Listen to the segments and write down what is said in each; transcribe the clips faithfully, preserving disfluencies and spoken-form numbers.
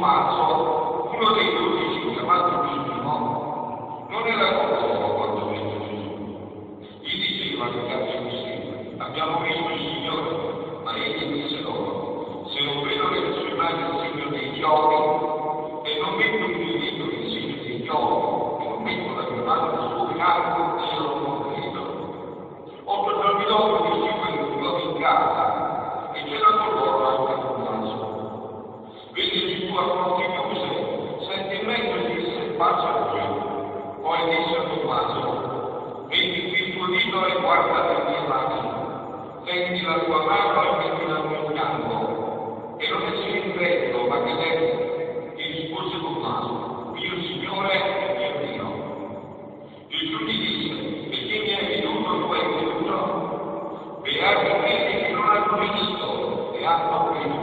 Tommaso, uno dei dodici, chiamato Minimo, non era concordo quando venne Gesù. Gli diceva che cazzo mi sembra, abbiamo visto il Signore, ma egli disse loro, se non vedo nelle sue mani il segno dei chiodi, e non metto il mio dito nel segno dei chiodi, e non metto la mia mano nel suo fianco, io non credo. Otto giorni dopo Gesù venne di nuovo in casa, e c'era con loro anche Tommaso. Venne Gesù a porte chiuse, sette e mezzo e disse, pace a voi. Poi disse a Tommaso, metti qui il tuo dito e guarda le mie mani, tendi la tua mano e mettila al mio fianco, e non essere incredulo, ma che lei gli rispose Tommaso, mio Signore e mio Dio. Gesù gli disse, e chi mi ha veduto tu hai creduto? Beati quelli che non hanno visto e hanno creduto.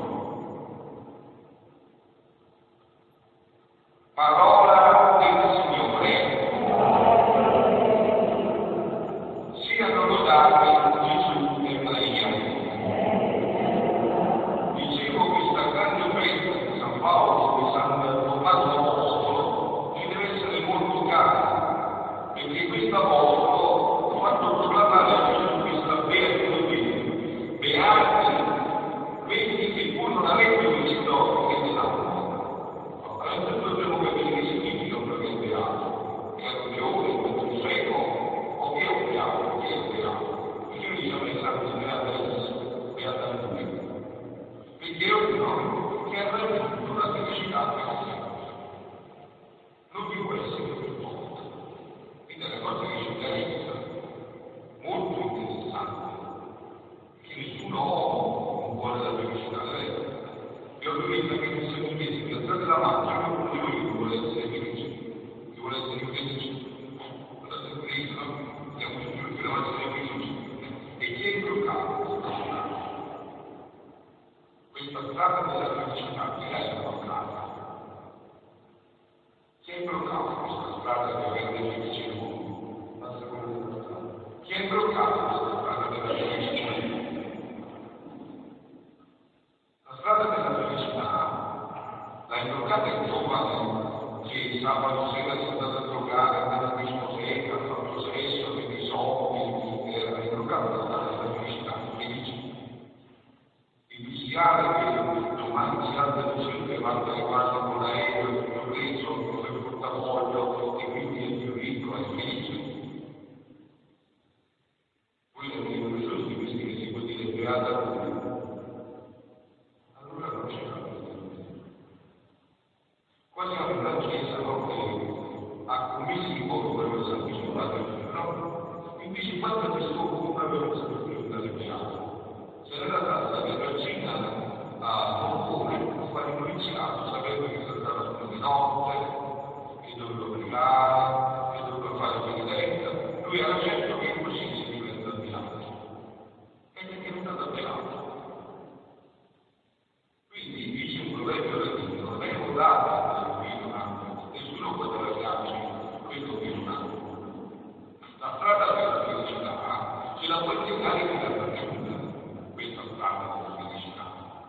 Parola del Signore. Siano lodati Gesù e Maria. Dicevo, questa grande festa di San Paolo e San Tommaso Apostolo ci deve essere molto cara, perché questo apostolo ha fatto proclamare Gesù questa beatitudine. Beati quelli che pur non avete visto e ne hanno. Allora dobbiamo capire che significa un proprio beato, che è un giovane, un cieco, o che è un beato, che è un beato. Io diciamo che sanno beato beata lui. Perché è uno che ha raggiunto la felicità perfetta. Non più può essere più forte. Quindi è una cosa che ci caratterizza, molto interessante, che nessuno non vuole la felicità. Io ho visto che mi sono chiesti, piazzate la macchina, uno di voi che vuole essere felice, che vuole essere felice. Guardate questo, siamo tutti che non essere felici. E chi è bloccato questa strada? Questa strada della felicità, chi è bloccata? Chi è bloccato questa strada che rende felice il mondo? Basta quello della strada. Chi è bloccato questa strada della felicità? La strada della felicità l'ha bloccata il giovane che sabato sera si è andato a giocare, è andato in discoteca, ha fatto sesso, ha preso i soldi, eh, ha bloccato la strada della felicità, felice. Il visiare che domani si alza il cielo e va a riguardo con l'aereo, tutto preso, con il portafoglio e quindi è più ricco, è felice. Quello è uno di questi che si può dire beata lui. Allora non c'è la felicità. Qua siamo in una chiesa, no, che ha commesso in poco per lo Santissimo Padre, no? Invece quanto questo comunque aveva saputo dalle beate. Se n'era stata la Vergina a Boccone a fare un noviziato, sapendo che stava su di notte, che doveva pregare, che doveva fare penitenza, lui era certo che così si diventa beato. Ed è diventato beato. Quindi dice un proverbio latino, non è votato qui non ha, nessuno poteva darci questo che non ha. La strada della felicità ce la puoi spiegare chi l'ha raggiunta, questa strada della felicità.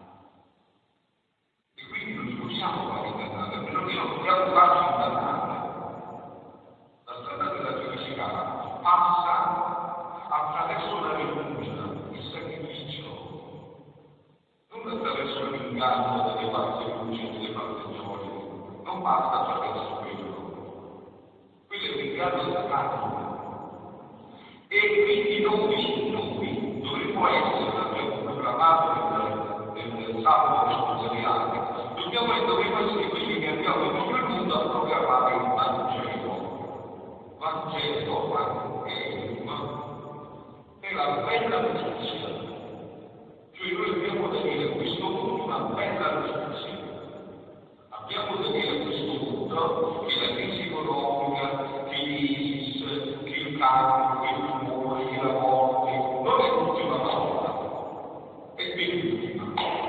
E quindi non ci possiamo fare ingannare, almeno che non dobbiamo farci ingannare. La strada della felicità passa attraverso la rinuncia, il sacrificio, non attraverso l'inganno delle false luci e delle false gioie, non basta attraverso quello. Quello è l'inganno satanico. E quindi noi, noi dovremmo essere, abbiamo proclamato nel, nel salmo responsoriale, dobbiamo dovremmo essere quelli che abbiamo in tutto il mondo a proclamare il Vangelo. Vangelo, Vangelo, è la bella notizia. Cioè noi abbiamo da dire a questo mondo una bella notizia. Abbiamo da dire a questo mondo che la crisi economica, che l'ISIS, che il cancro, che il tumore, che la morte, non è l'ultima volta, è penultima.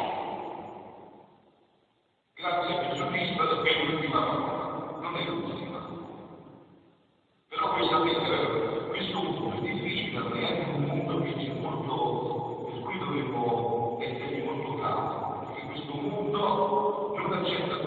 Grazie a Gesù Cristo è la penultima volta, non è l'ultima. Però voi sapete, questo mondo è difficile, non è anche un mondo che c'è molto, per cui dovremmo essere molto cari, perché questo mondo non accetta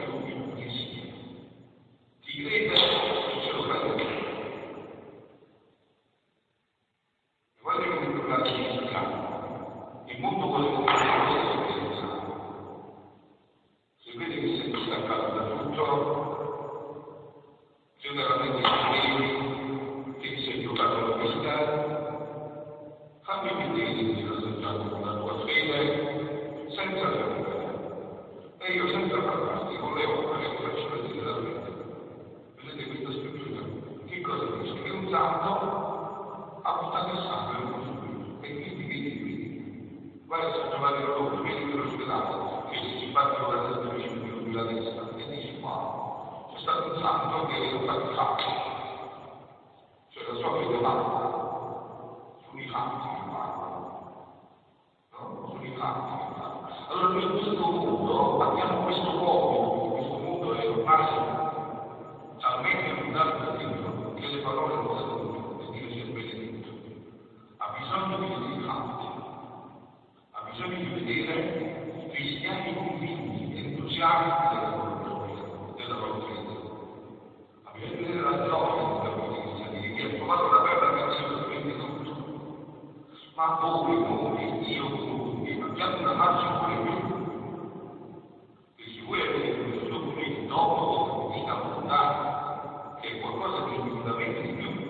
ha buttato il sangue e lo subito. E quindi, vedi qui, guarda se trovate loro, vedi quell'ospedale, che si partono da destra più la destra, e dici qua, c'è stato un santo che è stato fatto, cioè la sua vita fatta, sono i fatti che parlano, no? Sono i fatti che parlano. Allora noi in questo mondo abbiamo questo compito, questo mondo è ormai talmente lontano da Dio che le parole non servono, e Dio sia benedetto. Ha bisogno di vedere i fatti, ha bisogno di vedere cristiani convinti, entusiasti della loro della loro fede. Ha bisogno di vedere la gioia della loro cristiani, che ha trovato la terra che si lo tutto. Ma voi, noi, io, voi, abbiamo una marcia pure qui. E se voi avete questo documento dopo di vita abbondante, che è qualcosa di infinitamente di più,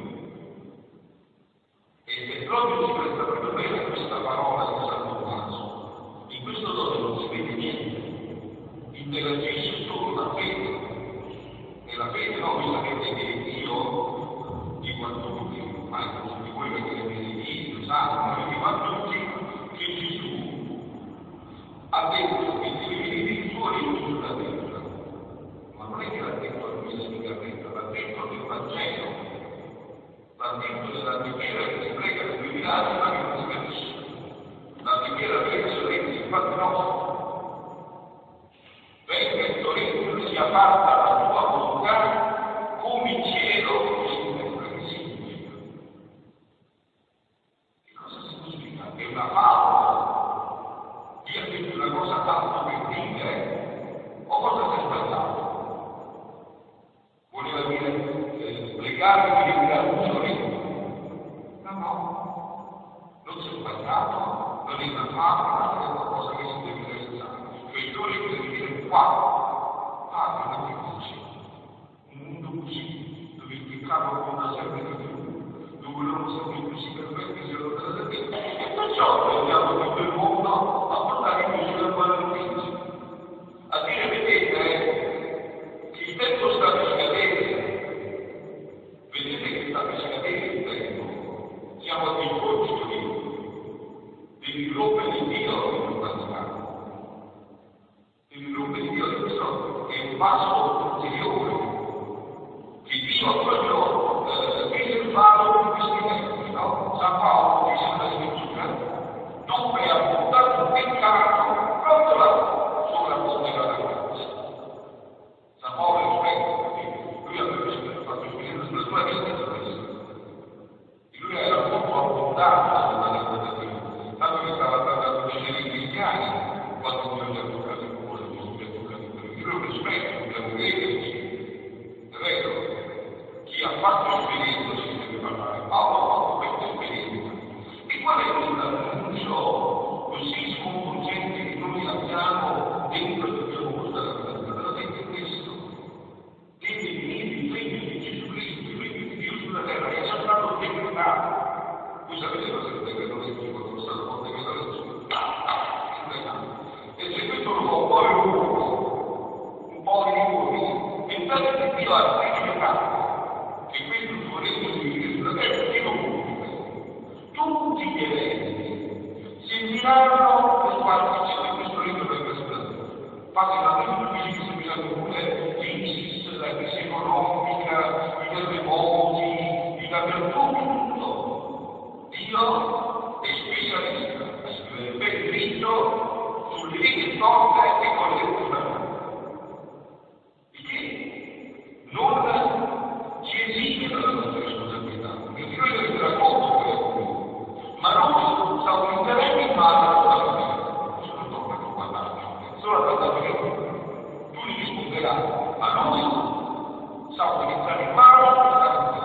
e proprio si presta proprio bene a questa parola di Santo Tommaso. In questo dono non si vede niente, interagisce solo la fede. E la fede no, voi sapete che io dico a tutti, ma non di voi perché avete Dio, sanno, ma io dico a tutti che Gesù ha detto che deve venire il suo regno sulla terra. Ma non è che l'ha detto a lui unicamente, l'ha detto nel Vangelo, l'ha detto nella preghiera che si prega per due miracoli, ma che non si capisce. La preghiera verso il regno si fa nostro. Venga il tuo regno, sia fatta la tua volontà, come in cielo e in terra. Che significa? Che cosa significa? È una favola. Dio ha detto una cosa tanto per dire, o cosa si è sbagliato? Voleva dire eh, pregare per il gratuito regno. No, no, non si è sbagliato, non è una favola, è qualcosa che si deve realizzare. Cioè il tuo regno deve dire qua, ah, non è che dice, un mondo così, dove il peccato conta sempre di più, dove l'uomo sempre più si perfetta e si allontana da te, e perciò prendiamo tutto il mondo a portare in Gesù la buona notizia. A dire, vedete, che il tempo sta per scadere, vedete che sta per scadere il tempo, siamo a dei colpi devi rompere il Dio che non praticare. Devi rompere il Dio di questo è un passo ulteriore che Dio ha proprio eh, riservato in questi tempi, no? San Paolo dice nella scrittura, non per appuntare un peccato proprio là sopra la ponte della grazia. San Paolo è esperto, perché lui aveva fatto esperienza sulla sua vita su questo. E lui era molto abbondante sulla vita di Dio, tanto che stava trattando di vedere i cristiani quando Dio gli ha toccato il cuore, Gesù gli ha toccato il cuore. Io lo rispetto, dobbiamo crederci. È vero? Chi ha fatto esperienza si deve parlare. Paolo ha fatto questa esperienza. E qual è l'annuncio così sconvolgente che noi abbiamo dentro e dobbiamo portare avanti? Veramente questo. Deve venire il regno di Gesù Cristo, il regno di Dio sulla terra, che è già stato decretato. Voi sapete cosa è il decreto legge quando è stato con il decreto legge? E se questo lo fa un po' di un po' di uomini, pensate che Dio ha decretato che questo suo regno di venire sulla terra, che non tutti gli eventi seguiranno per quanto questo regno venga sulla terra. Infatti la prima che si bisogna pure l'I S I S, la crisi economica, i terremoti, i dappertutto, tutto. Dio è specialista a scrivere ben dritto sulle righe storte e con le letture. Il che non ci esige dalla nostra responsabilità, perché noi dovete raccontare quello, ma noi siamo interesse in mano alla famiglia. Sono troppo per guardare, solo a guardare tu gli risponderai, ma noi siamo iniziare in mano alla famiglia.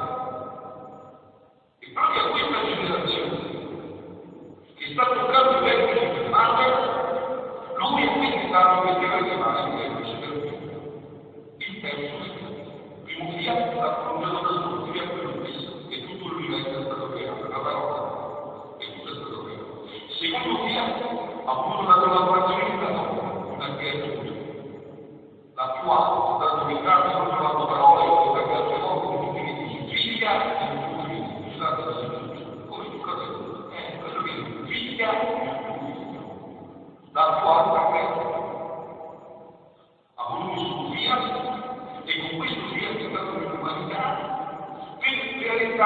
E proprio a questa generazione che sta toccando i vertici del mare, lui è quindi stato che deve arrivare ai vertici del mondo. Il terzo è primo fiat affrontato da solo, fiat per lui, e tutto l'universo è stato creato, la parola, e tutto è stato creato. Secondo fiat ha avuto una collaborazione da noi, una creatura. La più alta, tanto che tramite non trovato parole, che sta creando l'uomo, che tutti i figlia e tutti i figli,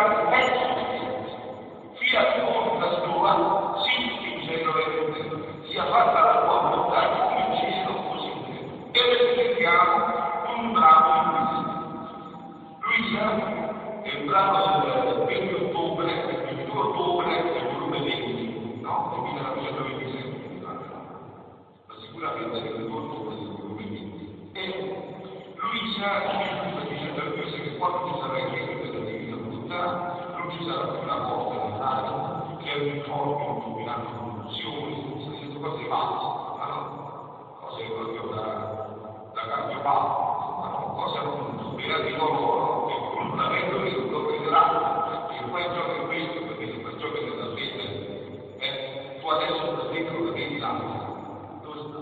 diventare è sufficiente. Fiat voluntas tua, sic in cielo et sia fatta la tua volontà come in cielo così in terra. E registriamo un brano in questo. Luisa è un brano del venti ottobre, il ventidue ottobre del duemilaventi, no? Del millenovecentoventisei, ma sicuramente del ventidue ottobre del duemilaventi. E Luisa Gesù dice per questo che quando ci sarà il regno della divina volontà, non ci sarà più la morte dell'anima, che è un informe illuminato di condizioni, sono cose pazze, ma no? Cose proprio da, da cardiopatico, ma no? Cose appunto, per coloro che non avendo detto crederanno, che poi ciò che questo, perché per ciò che nella fede, eh, tu adesso la fede non la vedi l'altra. Dove sta?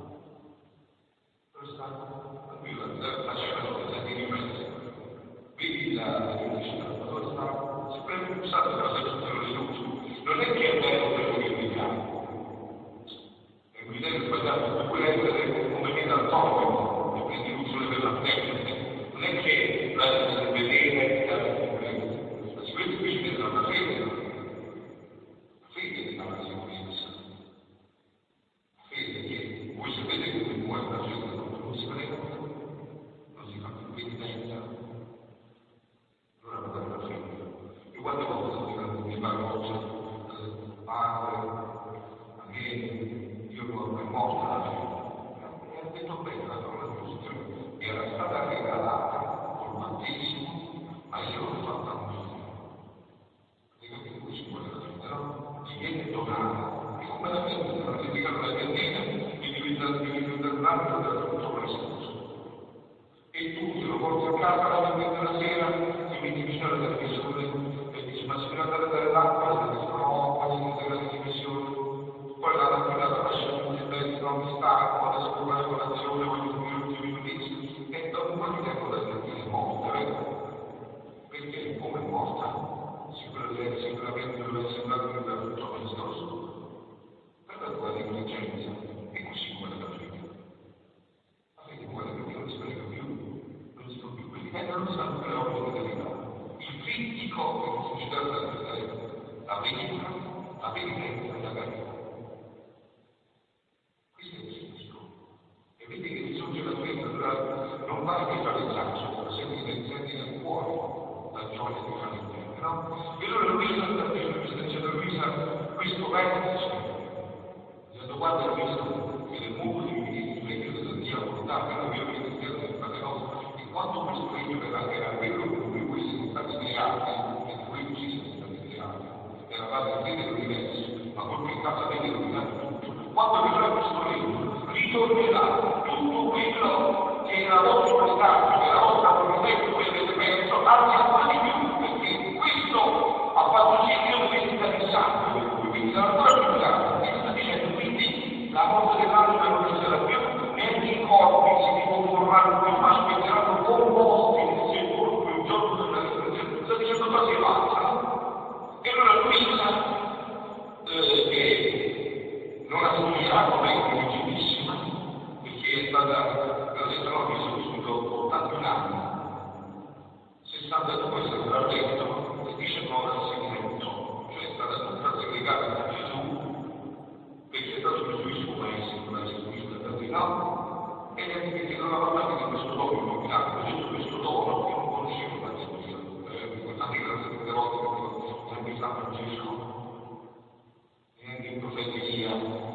Dove sta? Qui la scena dove sta in mezzo. Vedi la felicità, dove sta? Si prende un salto della sensazione di luce. Non è che è bello per noi guidare. E guidare sbagliato, per quella essere come viene al topico, e quindi l'uso per la tecnica. Non è che la vedere la sicurezza qui è una fede, la fede è una sicurezza. Fede che voi sapete che non può essere fede, non si prega, non si fa più penitenza. Allora non è la fede. E quante volte mi parlo, padre, a me, io non è morta la fede. E ha detto bene la parola giusta, era stata regalata col battesimo, ma io l'ho fatta un figlio. Dico che qui ci vuole la fede, no? Ti viene donata, e come la fede, se non ti dicono la catena, mi diventa il l'ambito della tutto questo. E tu te lo porti a casa la domenica la sera, ti metti vicino alla televisione e dici ma se mi andate a dare l'acqua, e dici no, poi non sei la televisione, poi la mattina la lascio in mezzo, non mi stanco, adesso con la colazione, voglio finire gli ultimi minuti, e dopo un po' di tempo la sentire morta, vero? Perché come è morta? Sicuramente, sicuramente non è sembrato che da tutto questo. Per la tua negligenza, e così come la fede. La fede vuole perché non si prega più, non si fa più quelli che non sanno che l'opera delle verità. Il trittico che suscita la verità, la penitenza e la carità. Questo è il trittico. E vedi che risorge la fede, allora non vai che fare il sacco, senti nel cuore la gioia di fare il bene, no? E allora Luisa sta dicendo, Luisa, questo vertice, dicendo guarda Luisa, che nel mondo di regno della Dio volontà, quello che io vedo in Dio nelle fate cose, e quando questo regno era quello con cui voi siete stati creati, e voi così siete stati creati, eravate la fede dell'universo, ma col peccato avete rovinato tutto. Quando verrà questo regno, ritornerà tutto quello che era vostro peccato, che era vostra promessa, che avete perso, anzi ancora di più, perché questo ha fatto sì che io dovessi stare santo per voi, quindi sarà ancora più grande. E sta dicendo, quindi la morte dell'anima non ci sarà più, neanche i corpi si riconformeranno più, ma aspetteranno composti nel sepolcro il giorno della risurrezione. Sta dicendo cose pazze, no? E allora Luisa, eh, che non assumerà come intelligentissima, perché è stata, per detto no, che sono vissuto ottantuno anni, sessantadue è stato letto e diciannove al segreto, cioè è stata tutta segregata da Gesù, perché è stato Gesù il suo maestro, non è Gesù da lui, no? E perché non aveva mai di questo dono illuminato, Gesù questo dono che non conoscevo la Gesù, eh, guardate che la seconda volta che non mi sta Gesù, neanche in profezia,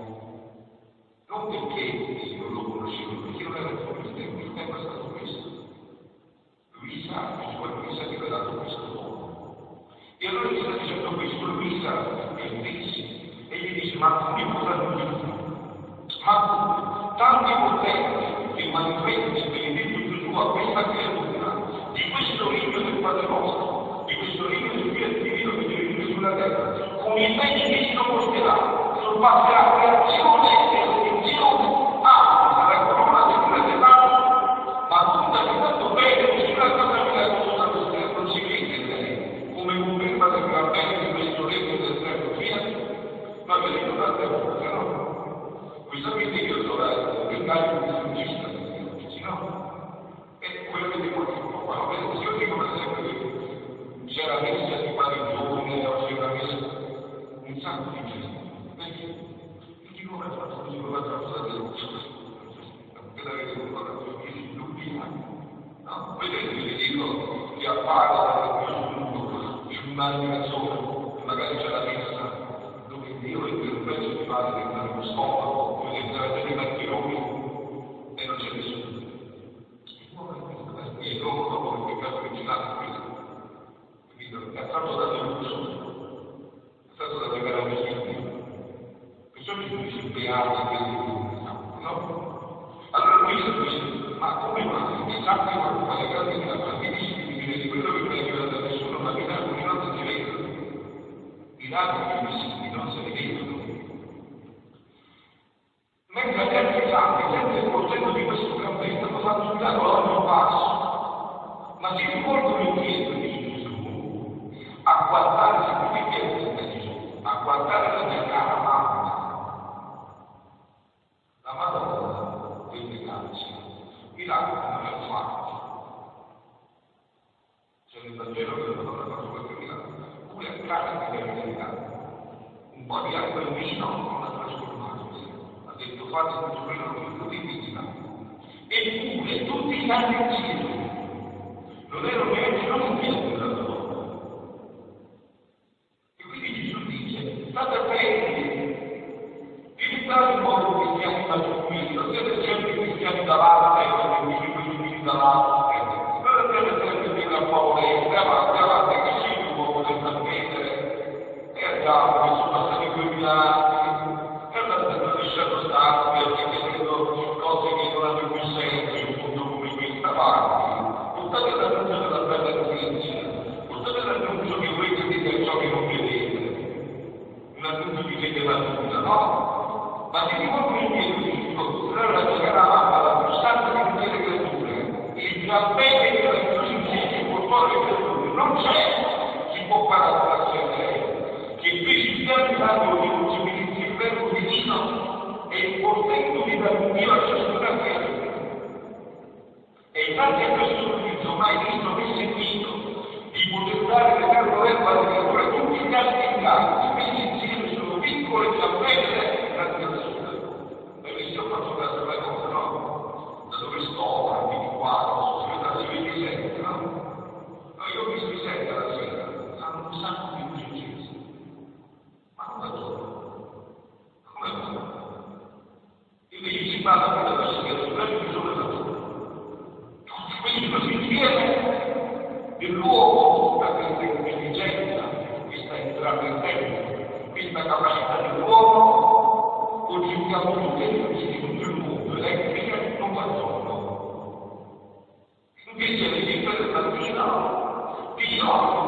non perché io non lo conoscevo, perché non era il tempo, il tempo è stato questo. Luisa, Gesù a Luisa che aveva dato questo dono. E allora gli sta dicendo questo, Luisa è invece, e gli dice, ma tu mi cosa dici? Ma tanti potenti che manifesti il benedetto Gesù a questa creatura, di questo regno del Padre nostro, di questo regno del Fiat divino che deve venire sulla terra, con i beni che si conoscerà, sorpasserà creazione e estinzione, ah, sarà corona di cura dell'anno, ma tutta che tanto bene, nessuna cosa meravigliosa questa non si vede in lei, come conferma del gran bene di questo regno del Fiat Fiat, ma ve ne ricordate volte, no? Voi sapete che io sono vengato un misionista di oggi, no? E quello che devo dire, quando vedo, io dico per esempio che c'era messa fare i giorni, oggi la messa, un sacco di gente. Perché? Perché come ha fatto così, come ha fatto da Dio? Per avere un quattro figli, dubbiamo. No? Vedete, vi dico che appare da Dio in una direzione, magari c'è la messa, dove Dio è per un pezzo di fare diventare uno stomaco, come diventare dei maccheroni, e non c'è nessuno. E loro dopo il peccato originale questo, è stato dato il lusso, è stato dato il grande figlio. Perciò ci sono i beati che no? Allora lui dice, ma come mai i sacri quando le grandi miracoli invisibili di quello che non è arrivato da nessuno, ma i miracoli non si vedono. I miracoli invisibili non se li vedono. Mentre gli altri santi, senza il portello di questo campetto, hanno fatto un miracolo a ogni passo, ma si rivolgono indietro di Gesù a guardare se qui piace da Gesù, a guardare la mia cara mamma. La Madonna dei miracoli, miracoli non è fatto. C'è nel Vangelo che la Madonna ha fatto questo miracolo, pure a casa di verità. Un po' di acqua e vino non la trasformato. Ha detto fate tutto quello che potete fare. Eppure tutti gli altri insieme non erano neanche non chiesto da loro. E quindi Gesù dice, state attenti, evitate il modo cristiani da qui, non siete sempre cristiani davanti, non siete cristiani davanti, non siete sempre di una favorevole, avanti, avanti, che sì, un uomo del sapere, e andiamo, che sono passati duemila anni, e andate lasciando stare, perché vedendo cose che non hanno più senso, in un mondo come questo, avanti, portate l'annuncio della bella notizia, portate l'annuncio che voi vedete ciò che non vedete, un annuncio di fede matura, no? Ma se rivolgo indietro dico, allora c'era la più santa di tutte le creature, il campetto che era chiuso insieme, il portone delle creature, non c'è, si può paragonare, che qui si stia arrivando di un giudizio il verbo divino e il portento di dar Dio a ciascuna creatura. E infatti a questo giudizio mai visto né sentito di poter dare l'eterno verbo alle creature tutti gli altri incarichi, quindi insieme sono piccole campette grazie alla sua. Hai visto ho fatto questa bella cosa, no? Da dove sto, anche di qua, sono si vede i sette, no? No, io ho visto i sette alla sera, hanno un sacco di luce accesa. Ma non da giorno. Come va? Invece si parla qui della sera, di sole da giorno. Tutti questi così insieme dell'uomo, da questa intelligenza, questa intrapresenza, questa capacità dell'uomo, oggettiamo tutte le luci di tutto il mondo, elettrica non va giorno. Invece le lingue del mattino, Dio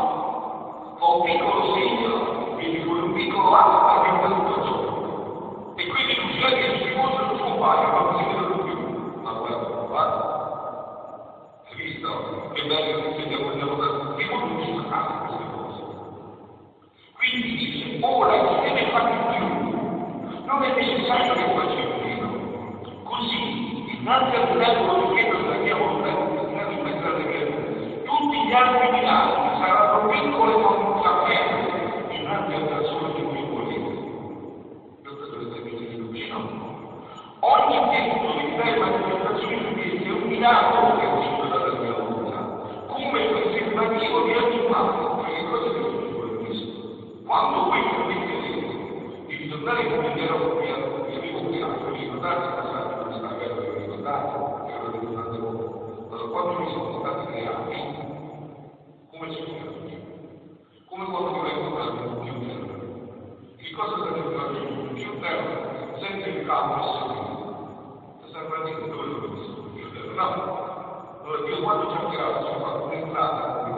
fa un piccolo segno, quindi con un piccolo atto che fa tutto il giorno. E quindi non c'è che si possono scompare, ma non si vedono più. Ma guarda, guarda. Hai visto? Che bello che sentiamo il lavoro che non ci fanno queste cose. Quindi dice, ora non se ne fa più. Non è necessario che faccia meno. Così, innanzi al miracolo che noi abbiamo in mezzo alle creature, tutti gli altri miracoli saranno piccole come un cappello innanzi al persona di cui volete. Questo dovete vedere in vicino. Ogni tempo di tre manifestazioni di questi è un miracolo che viene dalla mia volontà, come conservativo di ogni male, perché cosa che succede questo? Quando voi capite di ritornare come mi ero copiato, mi avevo copiato, vi ricordate il passaggio che sta bello, vi ricordate? Che ero ritornato dopo. Allora, quando mi sono stati creati, come si chiama? Come quando mi vengo comprato un computer. Che cosa sta diventando un computer senza il capo e seguito? Serve a dire dove lo visto? No. Allora io quando ci ho tirato ci ho fatto un'entrata come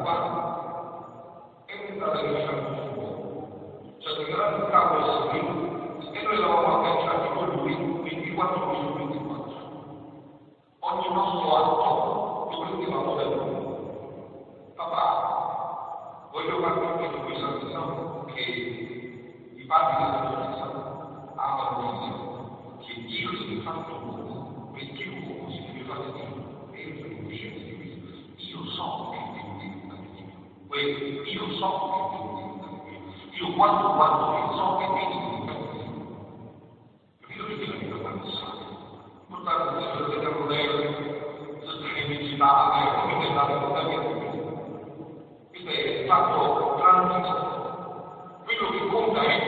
qua e un'entrata che facciamo su. Ci ha tirato il capo e seguito e noi l'avevamo agganciato con lui ventiquattro ore su ventiquattro. Ogni nostro atto lo prendevamo da lui. Papà, voglio farti capire questa cosa che i padri della Chiesa amano Dio, che Dio si è fatto uomo, perché l'uomo si deve fare Dio, e io sono cosciente di questo. Io so che devo diventare Dio. quanto quanto che so che vedi di capito che ti capito quando sai portare se lo vediamo bene sostenere ci va come che sta totalmente questo è il fatto transito quello che conta è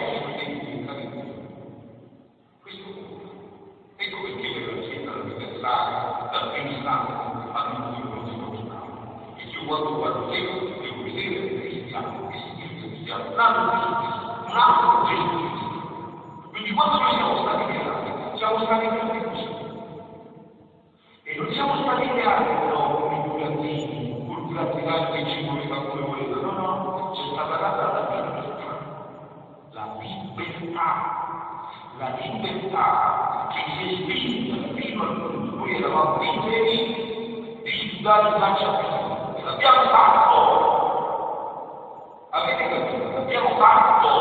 questo ecco perché le racchette all'università dal primo istante fanno un libro di conosciamo e io quando guardo te devo vedere il cristiano che significa cristiano un altro Gesù un altro Gesù quindi quando noi siamo stati creati siamo stati creati così e non siamo stati creati però come burattini col burattinato che ci voleva come voleva no no c'è stata data la libertà la libertà la libertà che si è spinta fino al punto noi eravamo liberi di sudare in faccia a Dio e l'abbiamo fatto avete capito? L'abbiamo fatto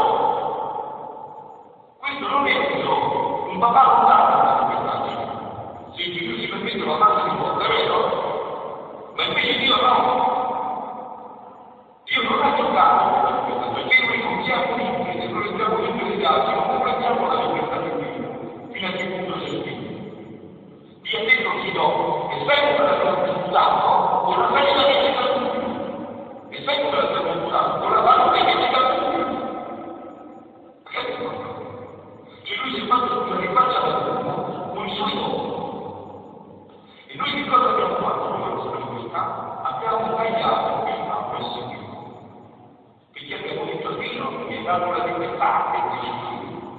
questo non è un gioco un papà non dà la libertà se Dio si permette la massa di volta è vero? Ma invece Dio no Dio non ha giocato con la libertà perché noi non siamo liberi e noi siamo liberi gli altri non comprendiamo la libertà di Dio fino a che punto si spinge vi ha detto chi do e sai come l'abbiamo usato con la faccia che ci dà tutti e sai come l'abbiamo usato con la mano che ci dà tutti che lui si è fatto una rifaccia da tutto con i suoi doni e noi che cosa abbiamo fatto con la nostra libertà? Abbiamo tagliato questa questo Dio perché abbiamo detto a Dio che mi ha dato la libertà e questo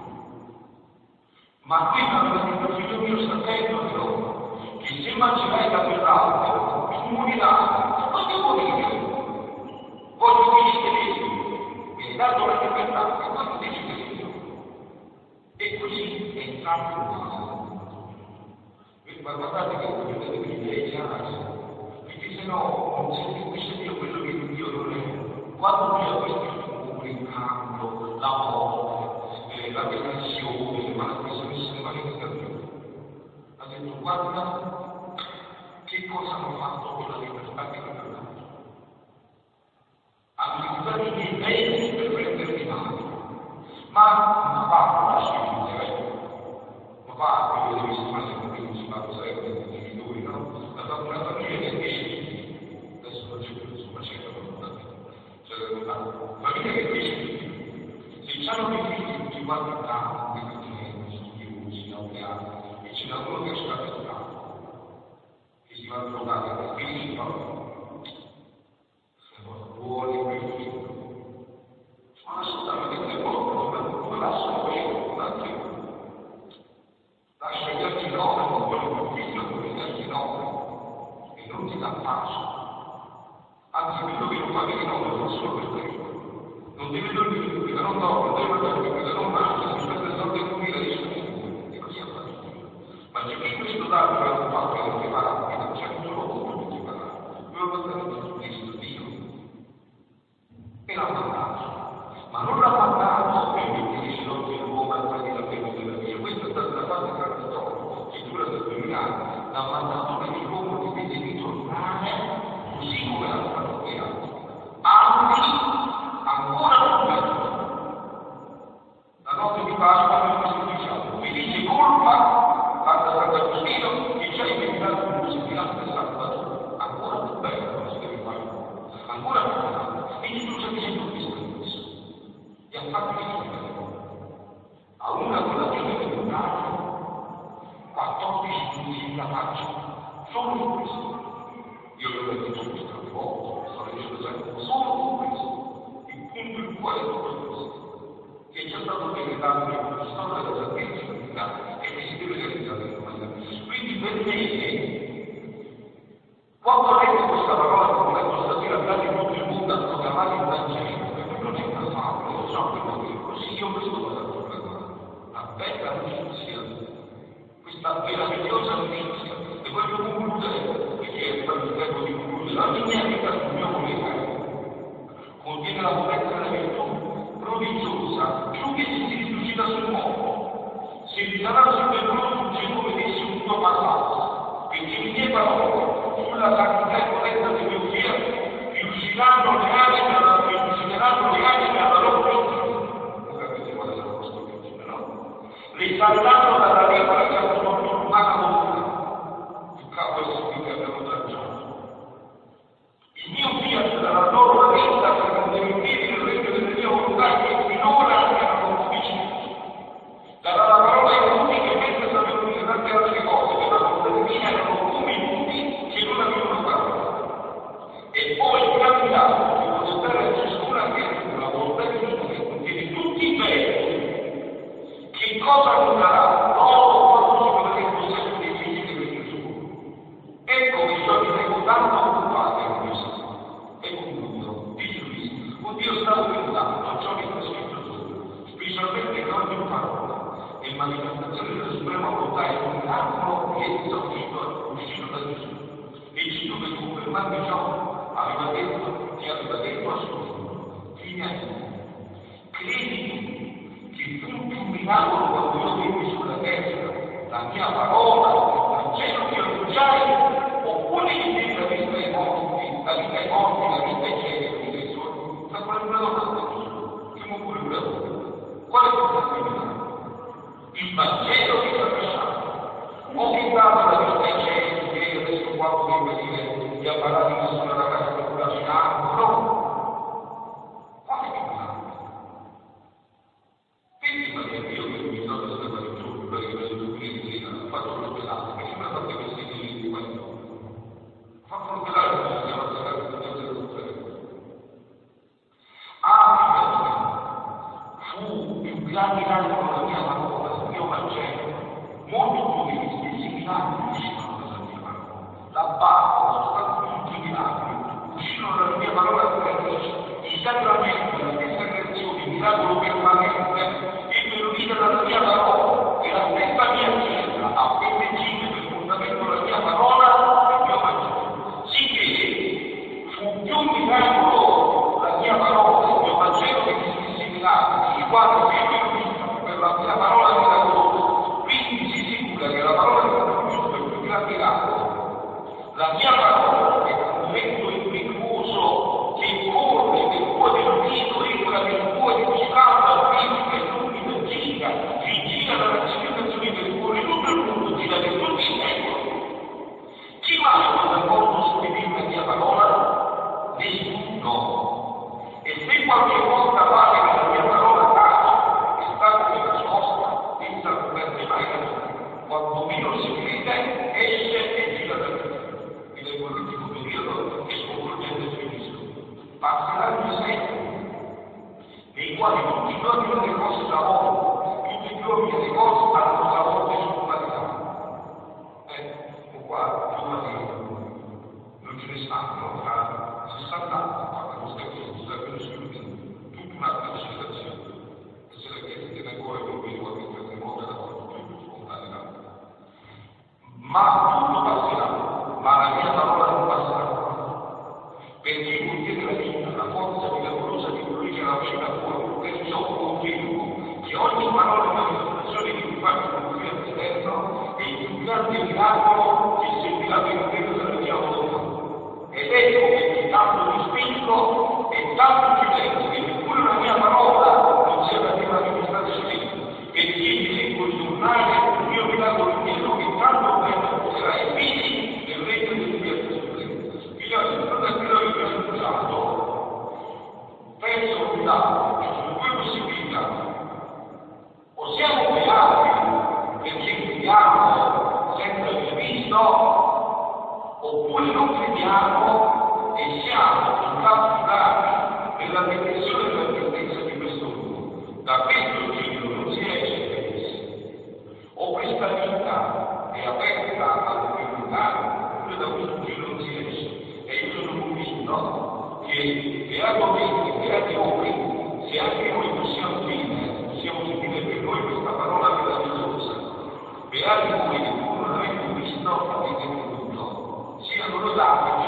ma qui mi hanno detto figlio mio sapendo che se mangerai da quell'altro tu morirai ma che vuoi dire? Voglio dire mi hai dato la libertà e quando devi io e così è entrato in mondo ma guardate che potete vedere chiaro perché se no non si capisce più quello che Dio non è quando Dio ha visto comunque il canto la morte eh, la depressione ma la depressione si manifesta più ha detto guarda che cosa hanno fatto con la libertà che mi hanno dato hanno usato i miei beni per prendermi male ma ma va la scienza ma va quello deve essere come non si fa sempre con i genitori no? La fa una famiglia che cresce adesso non c'è più insomma c'è la famiglia che cresce se ci hanno dei figli tutti quanti bravi dei studiosi laureati e ce n'è uno che sta per che si va a trovare per figli buoni quei figli ma assolutamente buono come lasciano quello un attimo lascia gli altri nove non vuole un figlio come gli altri nove e non ti dà pace anzi quello che non fa che nove non solo per quello non deve dormire perché non dorme, non deve dormire perché non mangia si prende soldi e comida di suo e così ha fatto ma c'è chi questo dato che hanno fatto che non ti farà che non c'è un solo punto che ti farà quello che ha detto Cristo Dio e l'ha mandato ma non l'ha mandato per mettere i soldi all'uomo a fargli la pena della via questa è stata una fase transitoria che dura da duemila anni l'ha mandato perché l'uomo deve ritornare così come l'ha fatto creato anzi ancora non meglio la notte di Pasqua noi questo diciamo mi dice colpa fatta da Sant'Agostino che ci ha inventato un possibilità del Salvatore ancora più bello questo che fare ancora più bello e tu sei sempre questo e ha fatto questo a una colazione alimentare quattordici punti la faccia solo su questo io l'ho detto questa volta sto dicendo sempre solo su questo il punto il quale tutto questo che è già stato decretato nella storia della salvezza e che si deve realizzare in quella quindi per me quando leggo questa parola come ho letto stasera andate in tutto il mondo a proclamare il Vangelo perché non è una favola lo so quello che così io questo lo faccio proclamare la bella notizia questa meravigliosa notizia e voglio concludere perché è stato il tempo di concludere la mia vita sul mio volere contiene la potenza della virtù prodigiosa più che si risuscita sul mondo se vi sarà sul percorso se come dissi un tuo passato perché le mie parole sulla santità e potenza del mio Dio riusciranno le anime alla riusciranno le anime alla loro vita esaltando dalla regola che ha conosciuto umana volontà. Il capo è significa che abbiamo tracciato. Il mio fiat dalla loro vita per rendere in piedi il regno delle mie volontà che finora erano vicini. Darà la parola ai minuti che mentre sapevano dire tante altre cose, che la volontà mia erano come minuti che non avevano parlato. E poi cambiato di poter dare a ciascuna creatura la volontà di Dio che contiene tutti i beni. Che cosa non darà? Loro quando si potranno sempre dei figli di Gesù. Ecco che ciò che tengo tanto occupato in questo. E concludo, dice lui, o Dio sta aumentando a ciò che sta scritto sopra, specialmente in ogni parola. E manifestazione della suprema volontà è un miracolo che è uscito, uscito da Gesù. E cito per confermarmi ciò, aveva detto, che aveva detto a suo figlio, figlia mia, credi che fu più un miracolo quando io venni sulla terra, la mia parola, il Vangelo che annunciai, oppure che devi la vita ai morti, la vita ai morti, la vita ai cieli, ai suoi, da quale una donna sta Gesù, che non pure una donna. Quale cosa è il il Vangelo che ci ha lasciato, o che dava la vita ai cieli, che adesso qua poteva dire di apparare una sola ragazza che la fianco, no? Quale cosa? Perché Maria Dio che mi sto da stare in giù, quello che vedo tu qui, ha fatto l'ospedale, perché mi ha fatto questi figli di quando? Ha fatto l'ospedale, non si chiama stare con tutte le cose. Ah, fu più grande miracolo la mia parola. Molto più di stessi miracoli uscivano dalla mia parola. La barca, sono stati tutti miracoli, uscivano dalla mia parola creatrice. I sacramenti, la stessa creazione, il miracolo permanente, è venuta dalla mia parola. E la stessa mia Chiesa ha benedicito per fondamento la mia parola e il mio Vangelo. Sicché fu più un miracolo la mia parola, il mio Vangelo che gli stessi miracoli, i quali si è venuto per la mia parola miracolosa. Che la parola che ha conosciuto è più grande miracolo. La mia parola è un vento impetuoso che corre nel cuore del Dio, entra nel cuore, scalda, fisica, illumina, gira, si gira dalla civilizazione del cuore, tutto il mondo gira per tutti i secoli. Chi mai è d'accordo su di la mia parola? Nessuno. E se qualche volta vale che la mia parola tace, è stata nascosta, senza non perdere mai la vita. Quando meno si crede, esce e gira da te. E nel politico periodo è sconvolgente e finisco. Passeranno i secoli, nei quali tutti i giorni delle cose lavorano, tutti i giorni delle cose hanno la voce sull'umanità. Ecco qua, giovani, non ce ne stanno, tra sessanta anni, quando non stai più, stai più nessuno, tutta un'altra civilizazione. E se la Chiesa tiene ancora colpito qualche terremoto da ma tutto passerà, ma la mia parola non passerà, perché contiene la vita, la forza miracolosa di colui che la vita fuori, perciò confido che ogni parola e manifestazione che mi faccio con lui all'esterno è il più grande miracolo che seguirà per intero della mia volontà. Ed ecco che tanto di spirito e tanto ci penso che neppure la mia parola non sia la mia manifestazione, perché mi leggo il giornale, il mio miracolo intero che tanto sarà i figli del regno del Dio Supremo. Figlioli, non è quello che vi ho annunciato. Penso che sono due possibilità. O siamo beati perché crediamo senza aver visto, oppure non crediamo e siamo incapsulati nella depressione e nella tristezza di questo mondo. Da questo giro non si esce per essi. O questa vita è aperta all'opportunità, oppure da questo giro non si esce. E io sono convinto che beatamente, beati noi, se anche noi possiamo dire, possiamo sentire per noi questa parola meravigliosa, beati voi che non avete visto, avete creduto, siano lodati